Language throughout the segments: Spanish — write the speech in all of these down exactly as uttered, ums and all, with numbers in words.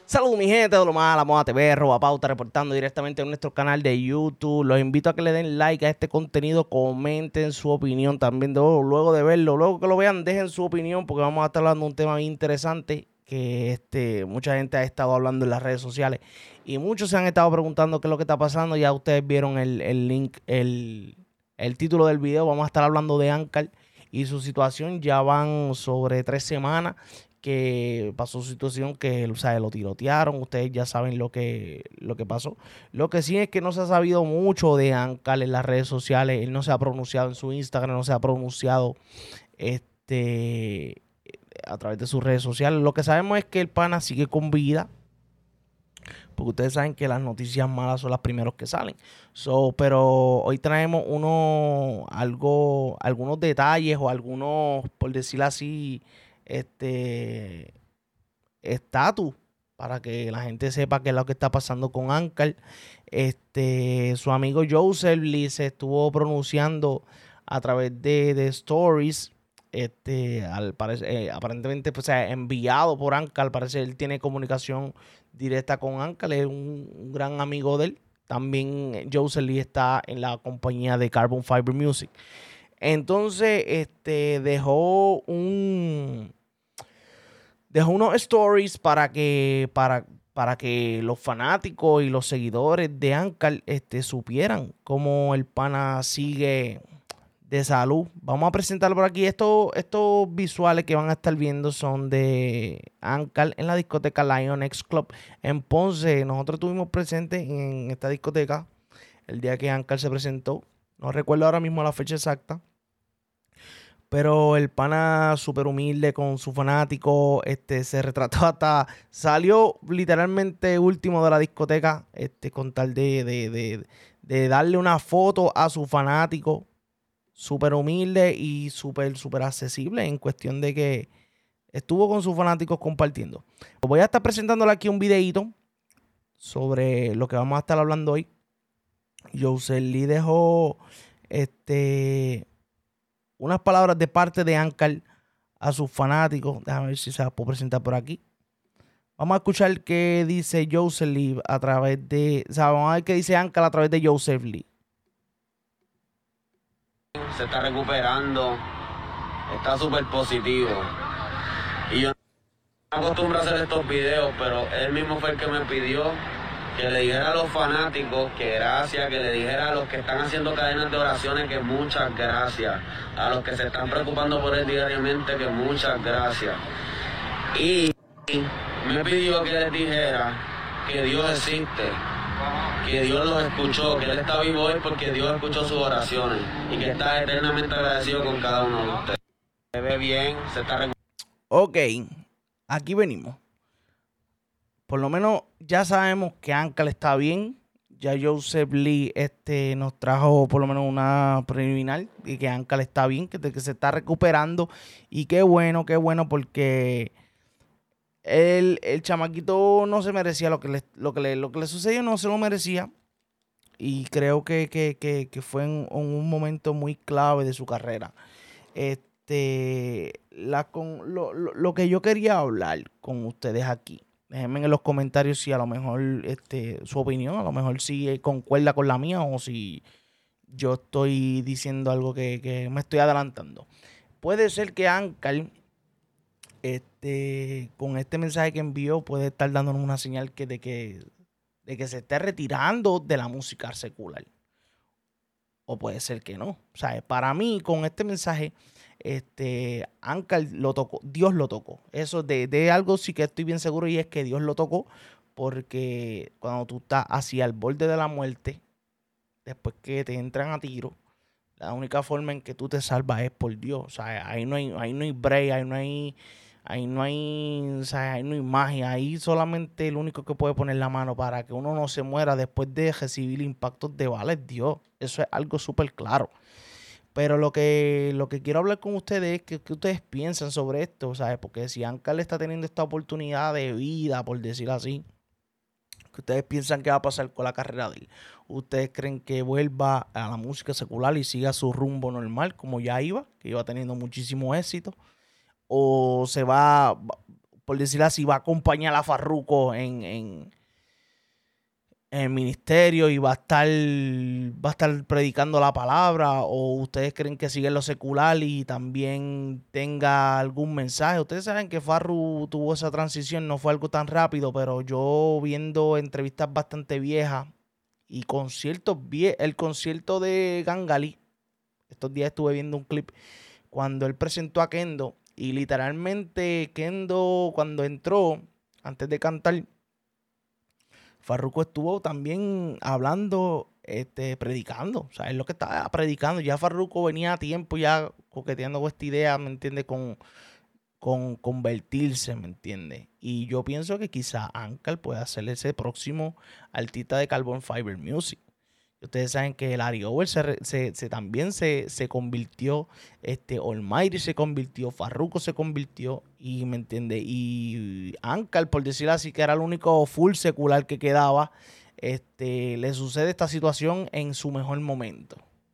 Saludos mi gente de lo más, la moda T V, Roba Pauta, reportando directamente en nuestro canal de YouTube. Los invito a que le den like a este contenido, comenten su opinión también de, oh, luego de verlo, luego que lo vean, dejen su opinión porque vamos a estar hablando de un tema bien interesante que este, mucha gente ha estado hablando en las redes sociales y muchos se han estado preguntando qué es lo que está pasando. Ya ustedes vieron el, el link, el, el título del video. Vamos a estar hablando de Ancal y su situación. Ya van sobre tres semanas que pasó su situación, que o sea, lo tirotearon. Ustedes ya saben lo que, lo que pasó. Lo que sí es que no se ha sabido mucho de Ancal en las redes sociales. Él no se ha pronunciado en su Instagram, no se ha pronunciado este, a través de sus redes sociales. Lo que sabemos es que el pana sigue con vida, porque ustedes saben que las noticias malas son las primeros que salen. So, pero hoy traemos uno, algo, algunos detalles o algunos, por decirlo así, este estatus para que la gente sepa qué es lo que está pasando con Ancal. Este, su amigo Joseph Lee se estuvo pronunciando a través de, de stories. Este, al parecer, eh, aparentemente, pues, enviado por Ancal. Parece que él tiene comunicación directa con Ancal, es un, un gran amigo de él. También Joseph Lee está en la compañía de Carbon Fiber Music. Entonces, este, dejó un dejó unos stories para que, para, para que los fanáticos y los seguidores de Ancal este, supieran cómo el pana sigue de salud. Vamos a presentarlo por aquí. Estos, estos visuales que van a estar viendo son de Ancal en la discoteca Lion X Club en Ponce. Nosotros estuvimos presentes en esta discoteca el día que Ancal se presentó. No recuerdo ahora mismo la fecha exacta. Pero el pana súper humilde con su fanático, este, se retrató hasta, salió literalmente último de la discoteca, este, con tal de, de, de, de darle una foto a su fanático, súper humilde y súper, súper accesible en cuestión de que estuvo con sus fanáticos compartiendo. Voy a estar presentándole aquí un videito sobre lo que vamos a estar hablando hoy. Joseph Lee dejó, este... unas palabras de parte de Ancal a sus fanáticos. Déjame ver si se la puedo presentar por aquí. Vamos a escuchar qué dice Joseph Lee a través de... O sea, vamos a ver qué dice Ancal a través de Joseph Lee. Se está recuperando. Está súper positivo. Y yo no acostumbro a hacer estos videos, pero él mismo fue el que me pidió que le dijera a los fanáticos que gracias, que le dijera a los que están haciendo cadenas de oraciones que muchas gracias, a los que se están preocupando por él diariamente que muchas gracias. Y me pidió que les dijera que Dios existe, que Dios los escuchó, que Él está vivo hoy porque Dios escuchó sus oraciones y que está eternamente agradecido con cada uno de ustedes. Se ve bien, se está recuperando. Ok, aquí venimos. Por lo menos ya sabemos que Ancal está bien. Ya Joseph Lee este, nos trajo por lo menos una preliminar y que Ancal está bien, que, que se está recuperando. Y qué bueno, qué bueno, porque el, el chamaquito no se merecía lo que le, lo que le, lo que le sucedió, no se lo merecía. Y creo que, que, que, que fue en, en un momento muy clave de su carrera. Este, la, con, lo, lo, lo que yo quería hablar con ustedes aquí. Déjenme en los comentarios si a lo mejor este, su opinión, a lo mejor si concuerda con la mía o si yo estoy diciendo algo que, que me estoy adelantando. Puede ser que Ancal, este, con este mensaje que envió, puede estar dándonos una señal que, de, que, de que se esté retirando de la música secular. O puede ser que no. O sea, para mí, con este mensaje, este, Ancal lo tocó, Dios lo tocó. Eso de, de algo sí que estoy bien seguro, y es que Dios lo tocó, porque cuando tú estás hacia el borde de la muerte, después que te entran a tiro, la única forma en que tú te salvas es por Dios. O sea, ahí no hay, ahí no hay break, ahí no hay, ahí no hay, o sea, ahí no hay magia. Ahí solamente el único que puede poner la mano para que uno no se muera después de recibir impactos de bala es Dios. Eso es algo súper claro. Pero lo que, lo que quiero hablar con ustedes es que, que ustedes piensan sobre esto, ¿sabes? Porque si Ancal está teniendo esta oportunidad de vida, por decirlo así, que ustedes piensan que va a pasar con la carrera de él. ¿Ustedes creen que vuelva a la música secular y siga su rumbo normal como ya iba, que iba teniendo muchísimo éxito? ¿O se va, por decirlo así, va a acompañar a Farruko en, en, en el ministerio y va a estar va a estar predicando la palabra, o ustedes creen que sigue en lo secular y también tenga algún mensaje? Ustedes saben que Farru tuvo esa transición, no fue algo tan rápido, pero yo viendo entrevistas bastante viejas y conciertos, vie el concierto de Gangali, estos días estuve viendo un clip cuando él presentó a Kendo y literalmente Kendo cuando entró, antes de cantar, Farruko estuvo también hablando, este, predicando. O sea, es lo que estaba predicando. Ya Farruko venía a tiempo ya coqueteando con esta idea, ¿me entiendes? Con, con convertirse, ¿me entiendes? Y yo pienso que quizá Ankar pueda ser ese próximo artista de Carbon Fiber Music. Ustedes saben que Larry Over se, se, se, también se, se convirtió, este, Almighty se convirtió, Farruko se convirtió, y me entiende, y Ankar, por decirlo así, que era el único full secular que quedaba, este, le sucede esta situación en su mejor momento.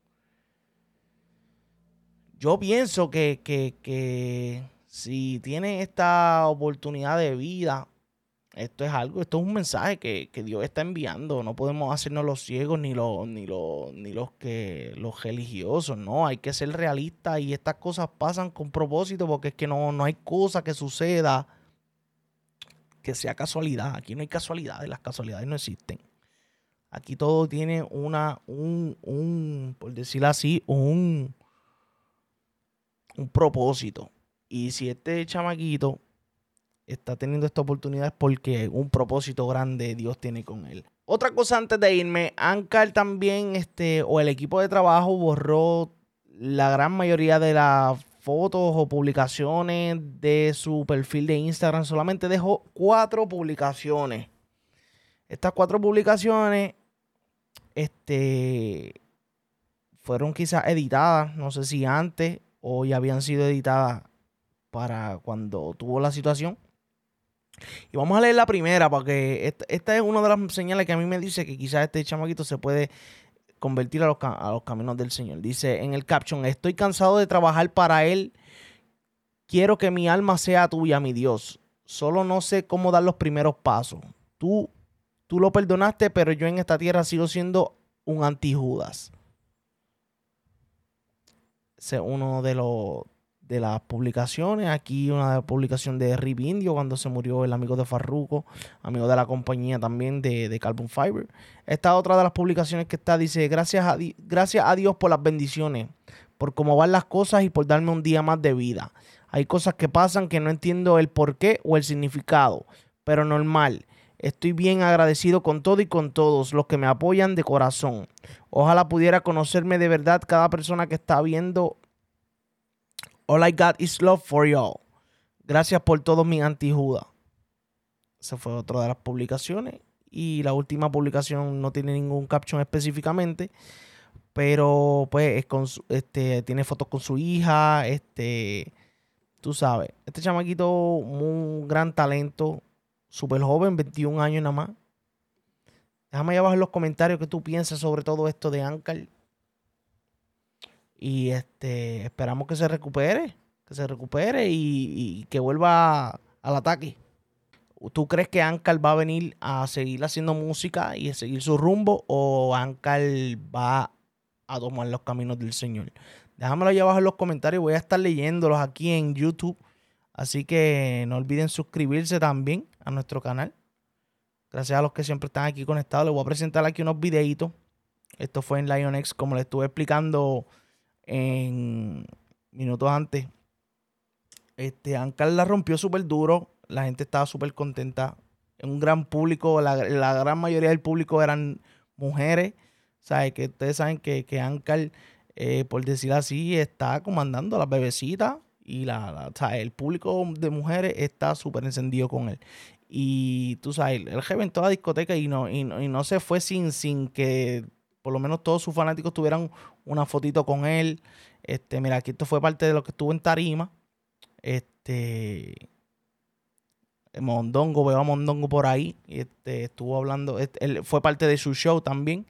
Yo pienso que, que, que si tiene esta oportunidad de vida, esto es algo, esto es un mensaje que, que Dios está enviando. No podemos hacernos los ciegos ni los, ni los, ni los que los religiosos, no, hay que ser realistas y estas cosas pasan con propósito, porque es que no, no hay cosa que suceda que sea casualidad. Aquí no hay casualidades, las casualidades no existen. Aquí todo tiene una, un, un, por decirlo así, un, un propósito. Y si este chamaquito está teniendo esta oportunidad es porque un propósito grande Dios tiene con él. Otra cosa antes de irme, Ankar también, este, o el equipo de trabajo borró la gran mayoría de las fotos o publicaciones de su perfil de Instagram. Solamente dejó cuatro publicaciones. Estas cuatro publicaciones, este, fueron quizás editadas, no sé si antes o ya habían sido editadas para cuando tuvo la situación. Y vamos a leer la primera, porque esta, esta es una de las señales que a mí me dice que quizás este chamaquito se puede convertir a los, a los caminos del Señor. Dice en el caption: estoy cansado de trabajar para Él. Quiero que mi alma sea tuya, mi Dios. Solo no sé cómo dar los primeros pasos. Tú, tú lo perdonaste, pero yo en esta tierra sigo siendo un anti-Judas. Ese es uno de los... de las publicaciones. Aquí una publicación de Rip Indio cuando se murió el amigo de Farruko, amigo de la compañía también de, de Carbon Fiber. Esta otra de las publicaciones que está, dice: gracias a, gracias a Dios por las bendiciones, por cómo van las cosas y por darme un día más de vida. Hay cosas que pasan que no entiendo el porqué o el significado, pero normal. Estoy bien agradecido con todo y con todos los que me apoyan de corazón. Ojalá pudiera conocerme de verdad cada persona que está viendo. All I got is love for y'all. Gracias por todos mis anti-Judas. Esa fue otra de las publicaciones. Y la última publicación no tiene ningún caption específicamente, pero pues es con su, este, tiene fotos con su hija. Este, tú sabes, este chamaquito, un gran talento, súper joven, veintiún años nada más. Déjame allá abajo en los comentarios qué tú piensas sobre todo esto de Ankar. Y este, esperamos que se recupere, que se recupere y, y que vuelva al ataque. ¿Tú crees que Ankar va a venir a seguir haciendo música y a seguir su rumbo, o Ankar va a tomar los caminos del Señor? Déjamelo ahí abajo en los comentarios. Voy a estar leyéndolos aquí en YouTube. Así que no olviden suscribirse también a nuestro canal. Gracias a los que siempre están aquí conectados. Les voy a presentar aquí unos videitos. Esto fue en LionX, como les estuve explicando en minutos antes. Este, Ankar la rompió súper duro. La gente estaba súper contenta. Un gran público. La, la gran mayoría del público eran mujeres. ¿Sabes? Que ustedes saben que, que Ankar, eh, por decir así, está comandando a las bebecitas. Y la, la, o sea, el público de mujeres está súper encendido con él. Y tú sabes, él reventó la discoteca y no, y no, y no se fue sin, sin que por lo menos todos sus fanáticos tuvieran una fotito con él. Este, mira, aquí esto fue parte de lo que estuvo en tarima. Este, Mondongo, veo a Mondongo por ahí. Este, estuvo hablando, este, él fue parte de su show también.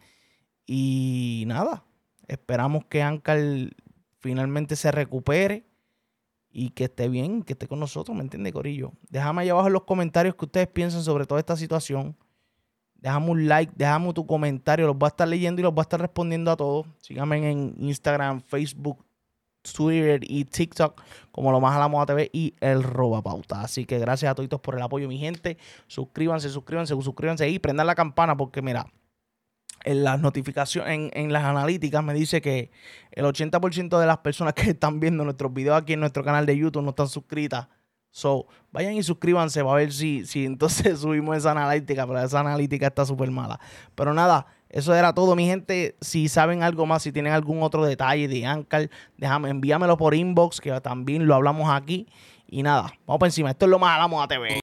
Y nada, esperamos que Ankar finalmente se recupere y que esté bien, que esté con nosotros, ¿me entiende, corillo? Déjame ahí abajo en los comentarios que ustedes piensan sobre toda esta situación. Déjame un like, déjame tu comentario. Los voy a estar leyendo y los voy a estar respondiendo a todos. Síganme en Instagram, Facebook, Twitter y TikTok como Lo Más a la Moda T V y El Robapauta. Así que gracias a todos por el apoyo, mi gente. Suscríbanse, suscríbanse, suscríbanse y prendan la campana porque, mira, en las notificaciones, en, en las analíticas me dice que el ochenta por ciento de las personas que están viendo nuestros videos aquí en nuestro canal de YouTube no están suscritas. So, vayan y suscríbanse para ver si, si entonces subimos esa analítica, pero esa analítica está súper mala. Pero nada, eso era todo, mi gente. Si saben algo más, si tienen algún otro detalle de Anchor, déjame, envíamelo por inbox, que también lo hablamos aquí. Y nada, vamos por encima. Esto es Lo Más a la Moda T V.